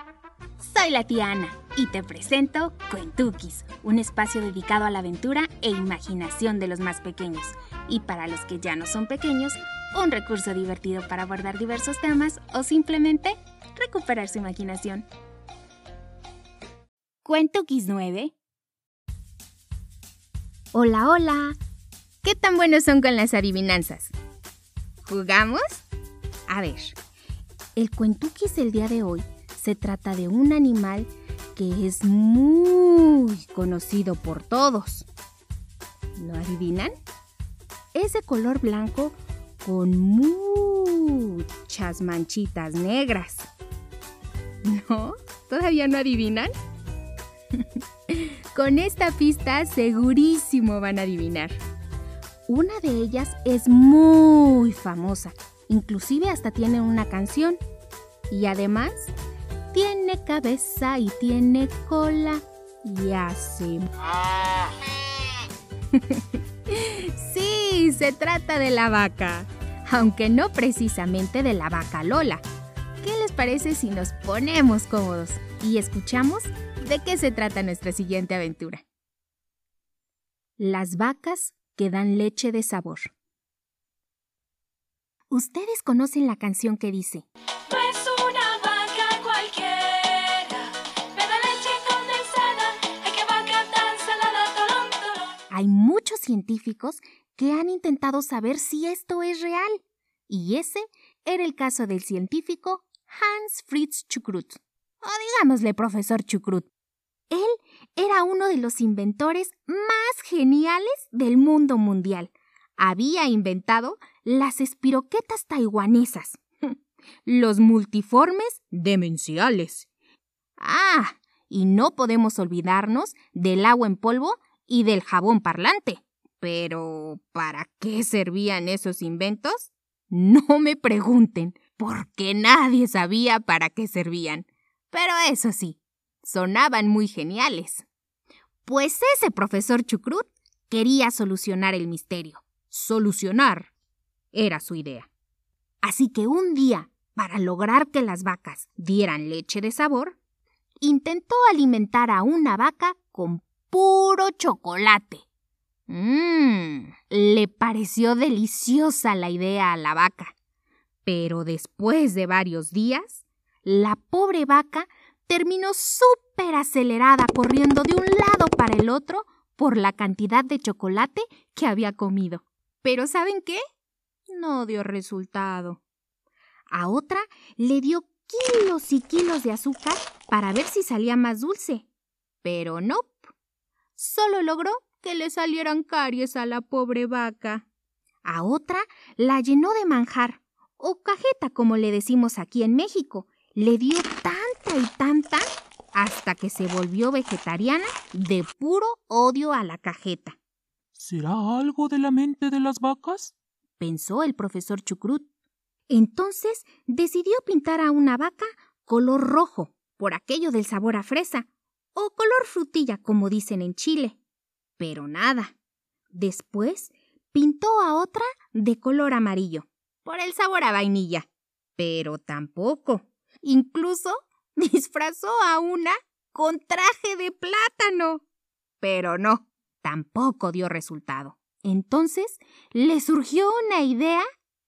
Soy la tía Ana y te presento Cuentuquis, un espacio dedicado a la aventura e imaginación de los más pequeños. Y para los que ya no son pequeños, un recurso divertido para abordar diversos temas o simplemente recuperar su imaginación. Cuentuquis 9. Hola, hola. ¿Qué tan buenos son con las adivinanzas? ¿Jugamos? A ver, el Cuentuquis del día de hoy se trata de un animal que es muy conocido por todos. ¿Lo adivinan? Es de color blanco con muchas manchitas negras. ¿No? ¿Todavía no adivinan? Con esta pista segurísimo van a adivinar. Una de ellas es muy famosa, inclusive hasta tiene una canción. Y además, tiene cabeza y tiene cola y hace... Sí, se trata de la vaca, aunque no precisamente de la vaca Lola. ¿Qué les parece si nos ponemos cómodos y escuchamos de qué se trata nuestra siguiente aventura? Las vacas que dan leche de sabor. ¿Ustedes conocen la canción que dice: No es una vaca cualquiera, me da leche condensada, ay qué vaca tan salada, tolón, tolón? Hay muchos científicos que han intentado saber si esto es real, y ese era el caso del científico Hans Fritz Chucrut, o digámosle profesor Chucrut. Él era uno de los inventores más geniales del mundo mundial. Había inventado las espiroquetas taiwanesas, los multiformes demenciales. Y no podemos olvidarnos del agua en polvo y del jabón parlante. Pero, ¿para qué servían esos inventos? No me pregunten, porque nadie sabía para qué servían. Pero eso sí, sonaban muy geniales. Pues ese profesor Chucrut quería solucionar el misterio. Solucionar era su idea. Así que un día, para lograr que las vacas dieran leche de sabor, intentó alimentar a una vaca con puro chocolate. Le pareció deliciosa la idea a la vaca. Pero después de varios días, la pobre vaca terminó súper acelerada corriendo de un lado para el otro por la cantidad de chocolate que había comido. Pero ¿saben qué? No dio resultado. A otra le dio kilos y kilos de azúcar para ver si salía más dulce. Pero no, solo logró que le salieran caries a la pobre vaca. A otra la llenó de manjar, o cajeta como le decimos aquí en México. Le dio tanta y tanta hasta que se volvió vegetariana de puro odio a la cajeta. ¿Será algo de la mente de las vacas?, pensó el profesor Chucrut. Entonces decidió pintar a una vaca color rojo, por aquello del sabor a fresa, o color frutilla como dicen en Chile. Pero nada. Después pintó a otra de color amarillo, por el sabor a vainilla. Pero tampoco. Incluso disfrazó a una con traje de plátano. Pero no, tampoco dio resultado. Entonces le surgió una idea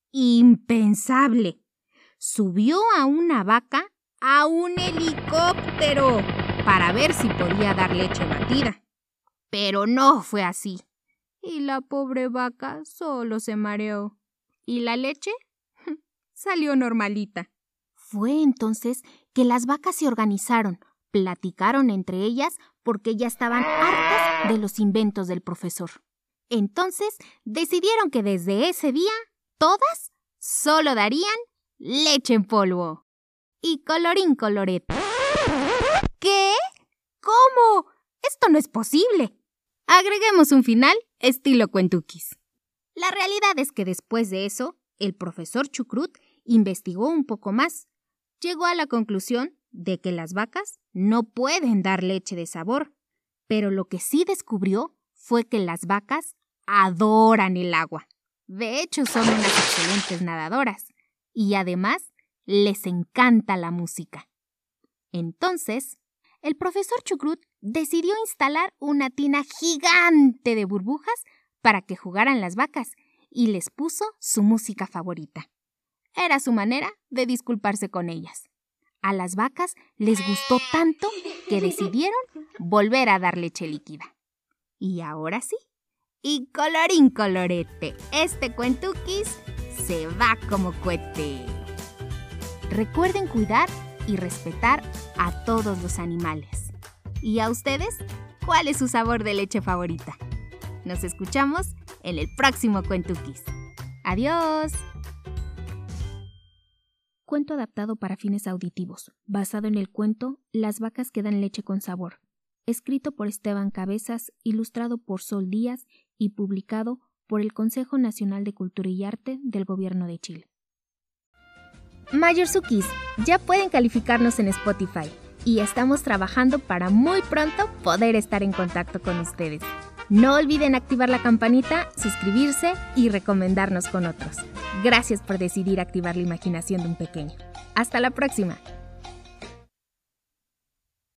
impensable. Subió a una vaca a un helicóptero para ver si podía dar leche batida. Pero no fue así. Y la pobre vaca solo se mareó. ¿Y la leche? Salió normalita. Fue entonces que las vacas se organizaron, platicaron entre ellas porque ya estaban hartas de los inventos del profesor. Entonces decidieron que desde ese día todas solo darían leche en polvo. Y colorín colorete. ¿Qué? ¿Cómo? Esto no es posible. Agreguemos un final estilo Cuentuquis. La realidad es que después de eso, el profesor Chucrut investigó un poco más. Llegó a la conclusión de que las vacas no pueden dar leche de sabor, pero lo que sí descubrió fue que las vacas adoran el agua. De hecho, son unas excelentes nadadoras y además les encanta la música. Entonces, el profesor Chucrut decidió instalar una tina gigante de burbujas para que jugaran las vacas y les puso su música favorita. Era su manera de disculparse con ellas. A las vacas les gustó tanto que decidieron volver a dar leche líquida. Y ahora sí, y colorín colorete, este cuentuquis se va como cohete. Recuerden cuidar y respetar a todos los animales. ¿Y a ustedes? ¿Cuál es su sabor de leche favorita? Nos escuchamos en el próximo Cuentuquis. ¡Adiós! Cuento adaptado para fines auditivos, basado en el cuento Las vacas que dan leche con sabor, escrito por Esteban Cabezas, ilustrado por Sol Díaz y publicado por el Consejo Nacional de Cultura y Arte del Gobierno de Chile. Mayorzukis, ya pueden calificarnos en Spotify y estamos trabajando para muy pronto poder estar en contacto con ustedes. No olviden activar la campanita, suscribirse y recomendarnos con otros. Gracias por decidir activar la imaginación de un pequeño. ¡Hasta la próxima!